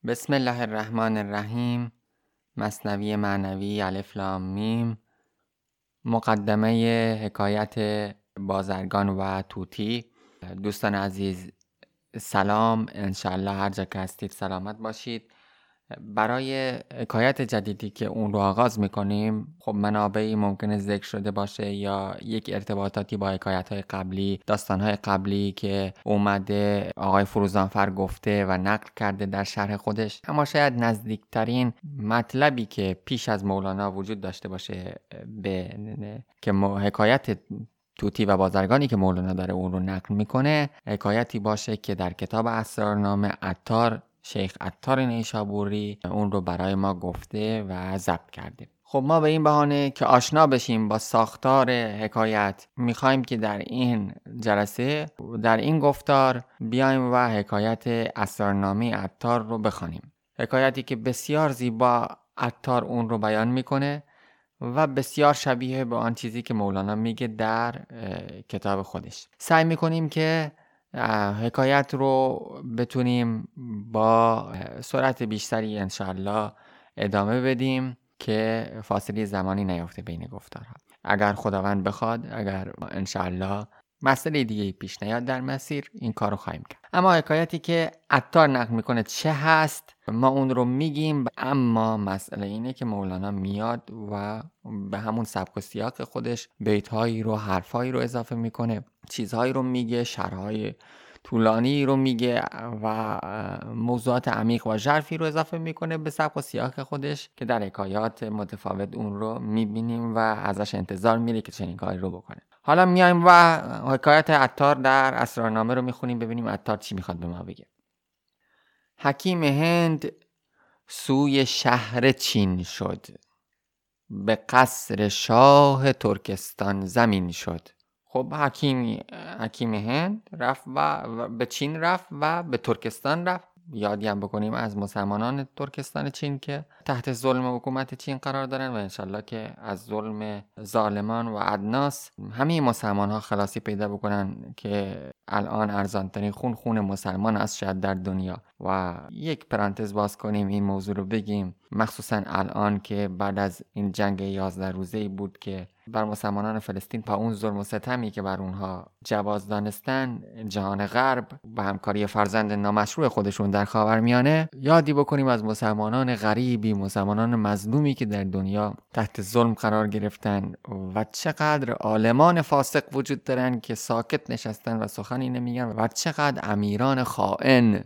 بسم الله الرحمن الرحیم. مثنوی معنوی الف لام میم. مقدمه حکایت بازرگان و طوطی. دوستان عزیز سلام، انشالله هر جا که هستید سلامت باشید. برای حکایت جدیدی که اون رو آغاز میکنیم، خب منابعی ممکنه ذکر شده باشه یا یک ارتباطاتی با حکایت‌های قبلی، داستان‌های قبلی که اومده آقای فروزانفر گفته و نقل کرده در شرح خودش، اما شاید نزدیکترین مطلبی که پیش از مولانا وجود داشته باشه به که حکایت طوطی و بازرگانی که مولانا داره اون رو نقل میکنه، حکایتی باشه که در کتاب اسرارنامه عطار، شیخ عطار نیشابوری اون رو برای ما گفته و ضبط کرده. خب ما به این بهانه که آشنا بشیم با ساختار حکایت، میخوایم که در این جلسه، در این گفتار بیایم و حکایت اسرارنامه عطار رو بخوانیم. حکایتی که بسیار زیبا عطار اون رو بیان میکنه و بسیار شبیه به آن چیزی که مولانا میگه در کتاب خودش. سعی میکنیم که حکایت رو بتونیم با سرعت بیشتری انشالله ادامه بدیم که فاصله زمانی نیفته بین گفتارها. اگر خداوند بخواد، اگر انشالله مسئله دیگه پیش نیاد در مسیر، این کار رو خواهیم کرد. اما حکایتی که عطار نقل میکنه چه هست ما اون رو میگیم، اما مسئله اینه که مولانا میاد و به همون سبک و سیاق خودش بیتهایی رو، حرفهایی رو اضافه میکنه، چیزهایی رو میگه، شرحهای طولانی رو میگه و موضوعات عمیق و ژرفی رو اضافه میکنه به سبک و سیاق خودش که در حکایات متفاوت اون رو میبینیم و ازش انتظار میره که چنین کاری رو بکنه. حالا میایم و حکایت عطار در اسرارنامه رو میخونیم، ببینیم عطار چی میخواد به ما بگه. حکیم هند سوی شهر چین شد، به قصر شاه ترکستان زمین شد. خب حکیم هند رفت و به چین رفت و به ترکستان رفت. یادی هم بکنیم از مسلمانان ترکستان چین که تحت ظلم حکومت چین قرار دارن و انشالله که از ظلم ظالمان و ادناس همه مسلمان ها خلاصی پیدا بکنن که الان ارزانترین خون مسلمان است شاید در دنیا. و یک پرانتز باز کنیم این موضوع رو بگیم، مخصوصا الان که بعد از این جنگ 11 روزه‌ای بود که بر مسلمانان فلسطین با اون ظلم و ستمی که بر اونها جواز دانستن جهان غرب با همکاری فرزند نامشروع خودشون در خاورمیانه، یادی بکنیم از مسلمانان غریبی، مسلمانان مظلومی که در دنیا تحت ظلم قرار گرفتن و چقدر عالمان فاسق وجود دارن که ساکت نشستن و سخنی نمیگن و چقدر امیران خائن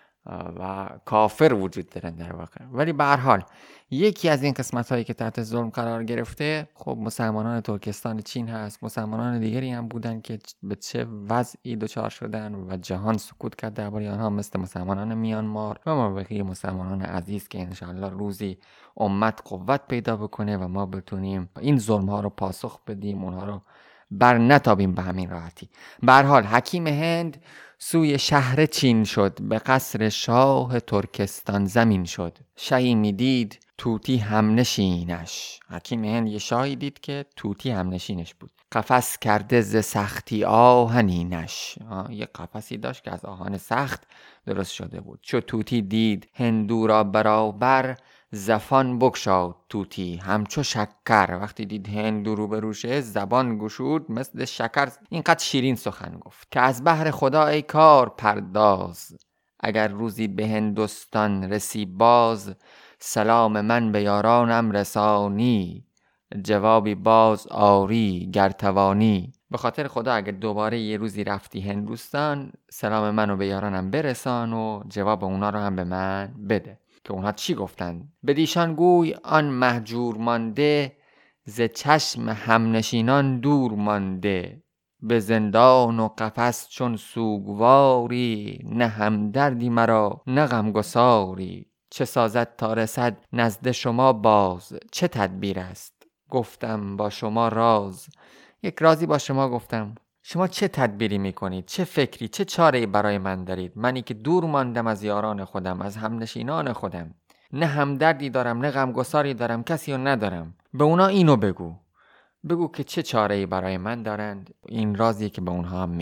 و کافر وجود دارن در واقع. ولی به هر حال یکی از این قسمت هایی که تحت ظلم قرار گرفته خب مسلمانان ترکستان چین هست. مسلمانان دیگری هم بودن که به چه وضعی دچار شدن و جهان سکوت کرد درباره آنها، مثل مسلمانان میانمار و ما بقیه مسلمانان عزیز که انشاءالله روزی امت قوت پیدا بکنه و ما بتونیم این ظلم ها رو پاسخ بدیم، اونها رو بر نتابیم به همین راحتی. به هر حال حکیم هند سوی شهر چین شد، به قصر شاه ترکستان زمین شد. شهی می دید طوطی همنشینش. حکیم هند یه شاهی دید که طوطی همنشینش بود. قفس کرده ز سختی آهنینش. یه قفسی داشت که از آهن سخت درست شده بود. چو طوطی دید هندو را برابر، زفان بگشاد طوطی همچو شکر. وقتی دید هندو رو بروشه زبان گشود مثل شکر، اینقدر شیرین سخن گفت که از بهر خدا ای کار پرداز. اگر روزی به هندوستان رسی باز، سلام من به یارانم رسانی. جوابی باز آری گر توانی. به خاطر خدا اگر دوباره یه روزی رفتی هندوستان، سلام منو به یارانم برسان و جواب اونا رو هم به من بده. که اونها چی گفتن؟ بدیشان گوی آن مهجور مانده، ز چشم همنشینان دور مانده. به زندان و قفس چون سوگواری، نه همدردی مرا نه غمگساری. چه سازد تا رسد نزد شما باز، چه تدبیر است گفتم با شما راز. یک رازی با شما گفتم، شما چه تدبیری میکنید؟ چه فکری، چه چاره‌ای برای من دارید؟ منی که دور ماندم از یاران خودم، از همنشینان خودم، نه همدردی دارم نه غمگساری دارم، کسی رو ندارم. به اونا اینو بگو که چه چاره‌ای برای من دارند. این رازی که به اونها هم میگم.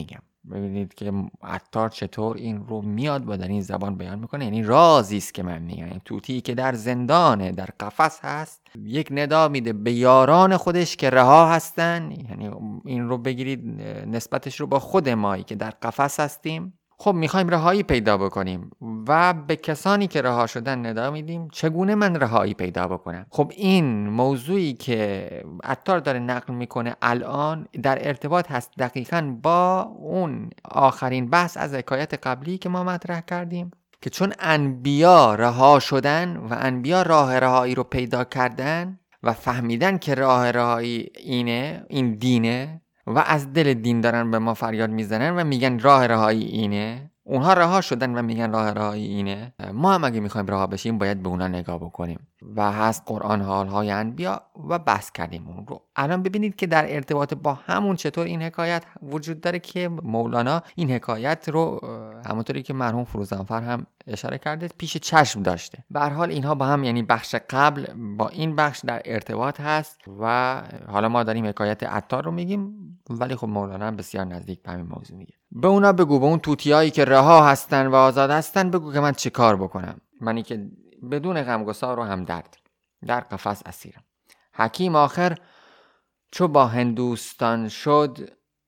ببینید که عطار چطور این رو میاد و در این زبان بیان میکنه. یعنی رازی است که من میگم. یعنی طوطی که در زندانه، در قفس هست، یک ندا میده به یاران خودش که رها هستن. یعنی این رو بگیرید نسبتش رو با خود مایی که در قفس هستیم. خب میخوایم رهایی پیدا بکنیم و به کسانی که رها شدن ندا میدیم چگونه من رهایی پیدا بکنم. خب این موضوعی که عطار داره نقل میکنه الان در ارتباط هست دقیقاً با اون آخرین بحث از حکایت قبلی که ما مطرح کردیم که چون انبیا رها شدن و انبیا راه رهایی رو پیدا کردن و فهمیدن که راه رهایی اینه، این دینه، و از دل دین دارن به ما فریاد میزنن و میگن راه رهایی اینه. اونها رها شدن و میگن راه رهایی اینه. ما هم اگه میخوایم رها بشیم باید به اونا نگاه بکنیم و هست قرآن حالهای انبیا و بحث کردیم اون رو. الان ببینید که در ارتباط با همون چطور این حکایت وجود داره که مولانا این حکایت رو همونطوری که مرحوم فروزانفر هم اشاره کرده پیش چشم داشته. به هر حال اینها با هم، یعنی بخش قبل با این بخش در ارتباط هست و حالا ما داریم حکایت عطار رو میگیم، ولی خب مولانا هم بسیار نزدیک به همین موضوع میگه. به اونا بگو، به اون طوطیایی که رها هستن و آزاد هستن بگو که من چه کار بکنم، منی که بدون غمگسار و همدرد در قفس اسیرم. حکیم آخر چو با هندوستان شد،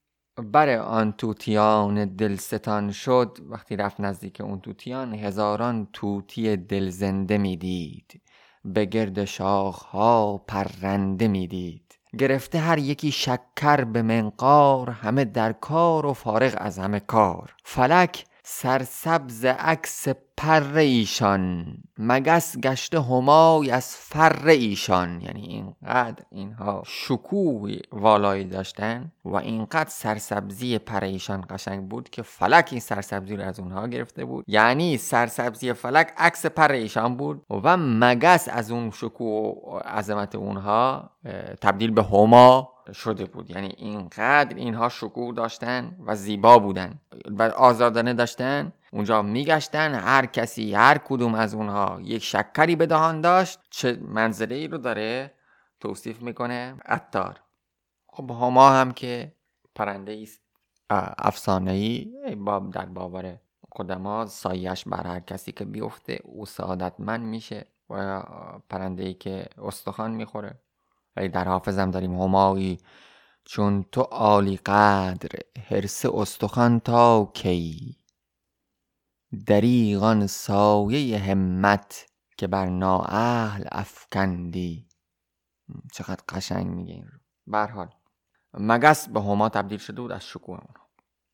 بر آن طوطیان دلستان شد. وقتی رفت نزدیک اون طوطیان، هزاران طوطی دل زنده میدید، به گرد شاخها پرنده میدید. گرفته هر یکی شکر به منقار، همه در کار و فارغ از همه کار. فلک سرسبز عکس پر ایشان، مگس گشته همای از فر ایشان. یعنی اینقدر اینها شکوه والایی داشتن و اینقدر سرسبزی پر ایشان قشنگ بود که فلک این سرسبزی رو از اونها گرفته بود. یعنی سرسبزی فلک عکس پر ایشان بود و مگس از اون شکوه و عظمت اونها تبدیل به هما شده بود. یعنی اینقدر اینها شکوه داشتن و زیبا بودن و آزادانه داشتن. اونجا میگشتن، هر کسی هر کدوم از اونها یک شکری به دهان داشت. چه منظره ای رو داره توصیف میکنه عطار. خب هما هم که پرنده است افسانه‌ای در باور قدما، سایش بر هر کسی که بیفته او سعادتمند میشه و پرنده‌ای که استخوان میخوره. ولی در حافظم داریم همایی چون تو عالی قدر، حرص استخوان تا کی. دریغان سایه همت که بر نااهل افکندی. چقدر قشنگ میگه این رو. به هر حال مگس به هما تبدیل شده بود از شکوه اونها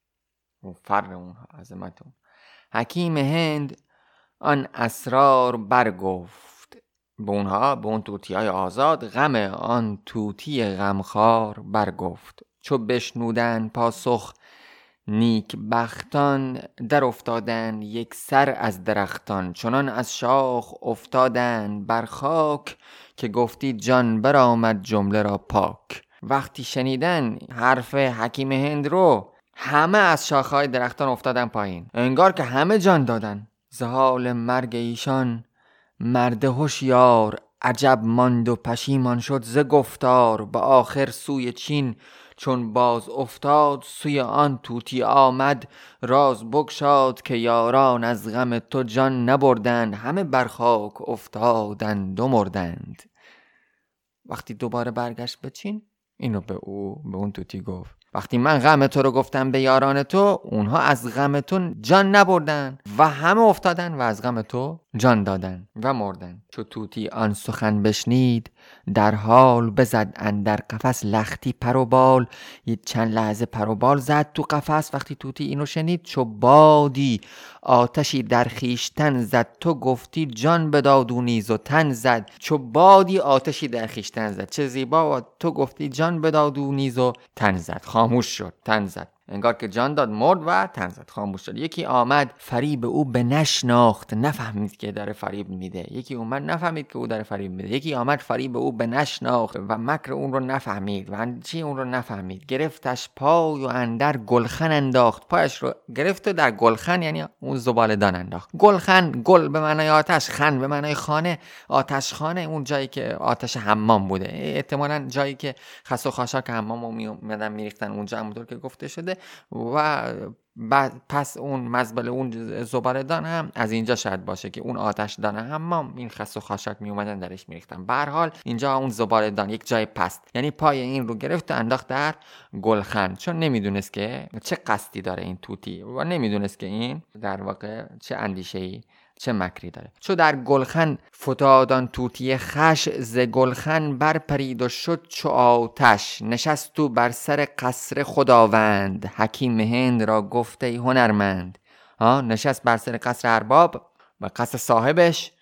و فر اونها، عظمت اون. حکیم هند آن اسرار برگفت به اونها، به اون طوطی‌های آزاد غم آن طوطی غمخوار برگفت. چو بشنودن پاسخ نیک بختان، در افتادن یک سر از درختان. چنان از شاخ افتادن بر خاک، که گفتی جان برآمد جمله را پاک. وقتی شنیدن حرف حکیم هند رو، همه از شاخهای درختان افتادن پایین، انگار که همه جان دادن. ز حال مرگ ایشان مرد هوشیار، عجب ماند و پشیمان شد ز گفتار. به آخر سوی چین چون باز افتاد، سوی آن طوطی آمد راز بگشاد. که یاران از غم تو جان نبردند، همه بر خاک افتادند و مردند. وقتی دوباره برگشت به چین، اینو به اون طوطی گفت وقتی من غم تو رو گفتم به یاران تو، اونها از غم تو جان نبردن و همه افتادن و از غم تو جان دادن و مردن. چو طوطی آن سخن بشنید، در حال بزد اندر قفس لختی پر و بال. یه چند لحظه پر و بال زد تو قفس. وقتی طوطی اینو شنید، چو بادی آتشی در خیشتن زد. تو گفتی جان بداد و نیز و تن زد. چو بادی آتشی در خیشتن زد، چه زیبا. تو گفتی جان بداد و نیز و تن زد. خاموش شد، تن زد، انگار که جان داد، مرد و تن زد، خاموش شد. یکی آمد فریب او بنشناخت، نفهمید که داره فریب میده. یکی اومد نفهمید که او داره فریب میده. یکی آمد فریب او بنشناخت و مکر اون رو نفهمید و چی اون رو نفهمید. گرفتش پای و اندر گلخن انداخت. پایش رو گرفت و در گلخن، یعنی اون زباله‌دان انداخت. گلخن، گل به معنای آتش، خن به معنای خانه، آتش خانه، اون جایی که آتش حمام بوده. احتمالاً جایی که خس و خاشاک حمامو میومدن میریختن اونجا، همونطور که گفته شده. شده و بعد پس اون مزبله اون زباله‌دان هم از اینجا شاید باشه که اون آتش دانه حمام این خس و خاشاک می اومدن درش میریختن. به هر حال اینجا اون زباله‌دان یک جای پست، یعنی پای این رو گرفت و انداخت در گلخن، چون نمیدونست که چه قصدی داره این طوطی و نمیدونست که این در واقع چه اندیشه‌ای چه مکری داره. چو در گلخن فتادان طوطی خش، ز گلخن برپرید و شد چو آتش. نشست او بر سر قصر خداوند، حکیم هند را گفت ای هنرمند. نشست بر سر قصر ارباب و قصر صاحبش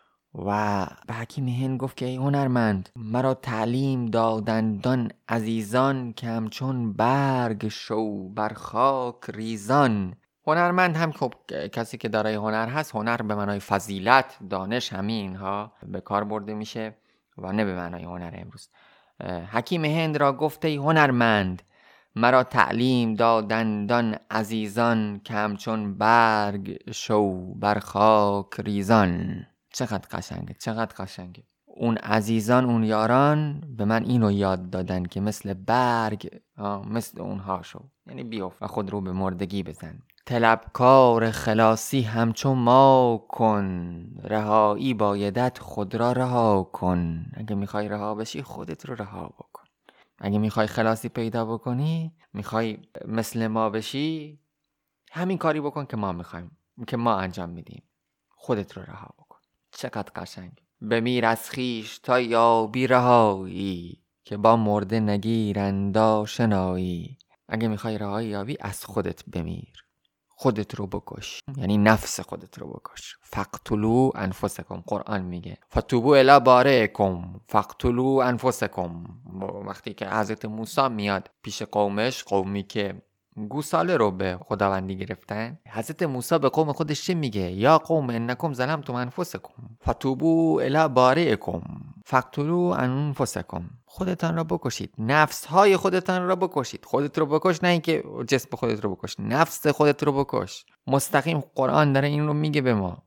و به حکیم هند گفت که ای هنرمند، مرا تعلیم دادندان عزیزان، که همچون برگ شو بر خاک ریزان. هنرمند هم خب کسی که دارای هنر هست، هنر به معنای فضیلت، دانش، همین ها به کار برده میشه و نه به معنای هنر امروز. حکیم هند را گفت ای هنرمند، مرا تعلیم دادندان عزیزان، که همچون برگ شو بر خاک ریزان. چقدر قشنگه، چقدر قشنگه. اون عزیزان، اون یاران به من اینو یاد دادن که مثل برگ مثل اونها شو، یعنی بیفت و خود رو به مردگی بزن. طلبکار خلاصی همچون ما کن، رهایی بایدت خود را رها کن. اگه میخوای رها بشی خودت رو رها بکن. اگه میخوای خلاصی پیدا بکنی، میخوای مثل ما بشی، همین کاری بکن که ما میخوایم، که ما انجام میدیم. خودت رو رها بکن. چقدر قشنگ. بمیر از خیش تا یابی رهایی، که با مرده نگیرند آشنایی. اگه میخوای رهایی یابی، از خودت بمیر، خودت رو بکش، یعنی نفس خودت رو بکش. فقتلوا انفسکم، قرآن میگه فتوبوا الی بارئکم فقتلوا انفسکم. وقتی که حضرت موسی میاد پیش قومش، قومی که گوساله رو به خداوندی گرفتن، حضرت موسی به قوم خودش چه میگه؟ یا قوم انکم ظلمتم انفسکم فتوبوا الی بارئکم فقتلوا انفسکم. خودتان را بکشید، نفس های خودتان را بکشید. خودت رو بکش، نه اینکه جسم خودت رو بکش، نفس خودت رو بکش. مستقیم قرآن داره این رو میگه به ما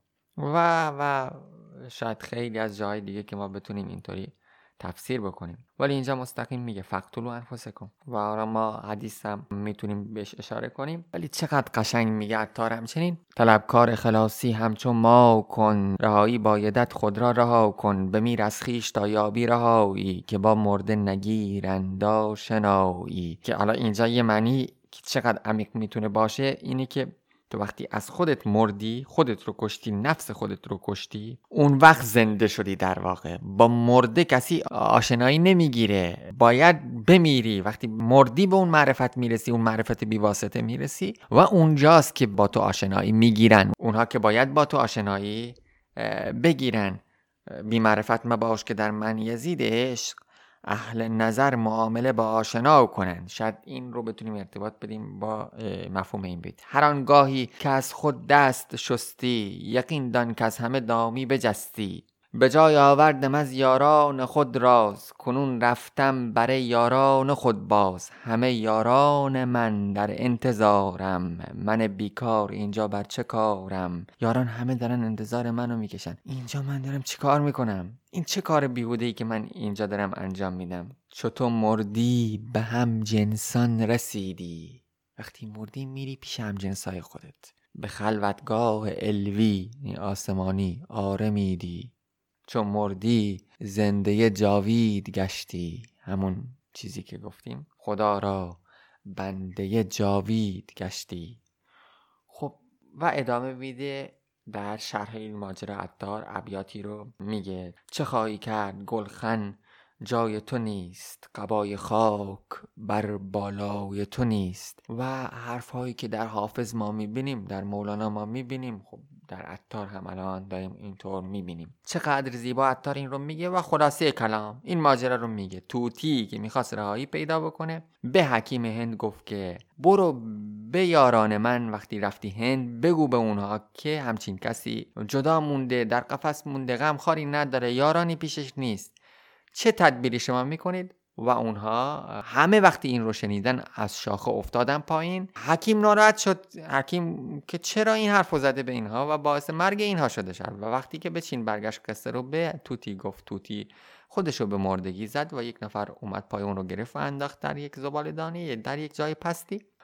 و شاید خیلی از جاهای دیگه که ما بتونیم اینطوری تفسیر بکنیم، ولی اینجا مستقیم میگه فقتلوا انفسکم. و آره ما حدیث هم میتونیم بهش اشاره کنیم، ولی چقدر قشنگ میگه عطار همچنین: طلبکار خلاصی همچون ما کن، رهایی بایدت خود را رها کن. بمیر از خویش تا یابی رهایی، که با مرده نگیرند آشنایی. که حالا اینجا یه معنی که چقدر عمیق میتونه باشه اینه که تو وقتی از خودت مردی، خودت رو کشتی، نفس خودت رو کشتی، اون وقت زنده شدی. در واقع با مرده کسی آشنایی نمیگیره، باید بمیری. وقتی مردی به اون معرفت میرسی، اون معرفت بیواسطه میرسی و اونجاست که با تو آشنایی میگیرن اونها که باید با تو آشنایی بگیرن. بی معرفت مباش که در من یزید عشق، اهل نظر معامله با آشنا کنند. شاید این رو بتونیم ارتباط بدیم با مفهوم این بیت: هر آنگاهی که از خود دست شستی، یقین دان که از همه دامی بجستی. به جای آوردم از یاران خود راز، کنون رفتم برای یاران خود باز. همه یاران من در انتظارم، من بیکار اینجا بر چه کارم. یاران همه دارن انتظار منو میکشن، اینجا من دارم چه کار میکنم؟ این چه کار بیهوده‌ای که من اینجا دارم انجام میدم؟ چو تو مردی به هم جنسان رسیدی. وقتی مردی میری پیش هم جنسای خودت، به خلوتگاه علوی آسمانی آرمیدی. چون مردی زنده جاوید گشتی. همون چیزی که گفتیم، خدا را بنده جاوید گشتی. خب و ادامه میده در شرح این ماجرا عطار ابیاتی رو میگه: چه خواهی کرد گلخن جای تو نیست، قبای خاک بر بالای تو نیست. و حرف هایی که در حافظ ما میبینیم، در مولانا ما میبینیم، خب در عطار هم الان داریم اینطور میبینیم. چقدر زیبا عطار این رو میگه و خلاصه کلام این ماجرا رو میگه. طوطی که میخواست رهایی پیدا بکنه به حکیم هند گفت که برو به یاران من وقتی رفتی هند بگو به اونها که همچین کسی جدا مونده، در قفس مونده، غمخواری نداره، یارانی پیشش نیست. چه تدبیری شما میکنید؟ و اونها همه وقتی این رو شنیدن از شاخه افتادن پایین. حکیم ناراحت شد، حکیم که چرا این حرف زده به اینها و باعث مرگ اینها شده شد. و وقتی که به چین برگشت قصه رو به طوطی گفت، طوطی خودشو به مردگی زد و یک نفر اومد پای اون رو گرفت و انداخت در یک زباله‌دانی، در یک جای پستی.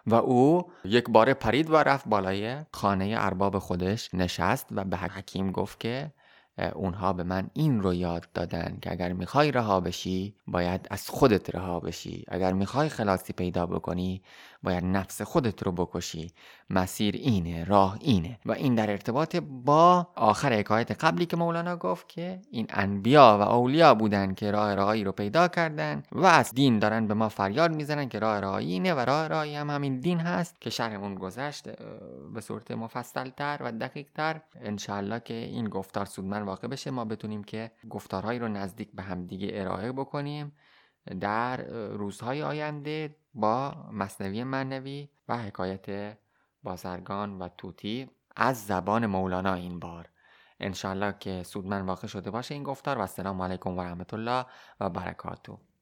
و او یک بار پرید و رفت بالای خانه ارباب خودش نشست و به حکیم گفت که اونها به من این رو یاد دادن که اگر میخوای رها بشی باید از خودت رها بشی، اگر میخوای خلاصی پیدا بکنی باید نفس خودت رو بکشی، مسیر اینه، راه اینه. و این در ارتباط با آخر حکایت قبلی که مولانا گفت که این انبیا و اولیا بودن که راه رهایی رو پیدا کردن و از دین دارن به ما فریاد میزنن که راه رهایی اینه و راه رهایی هم همین دین هست که شرحمون گذشت به صورت مفصل تر و دقیق تر. انشالله که این گفتار سودمند واقع بشه، ما بتونیم که گفتارهایی رو نزدیک به همدیگه ارائه بکنیم در روزهای آینده با مثنوی معنوی و حکایت بازرگان و طوطی از زبان مولانا. این بار انشالله که سودمند واقع شده باشه این گفتار. و السلام علیکم و رحمت الله و برکاته.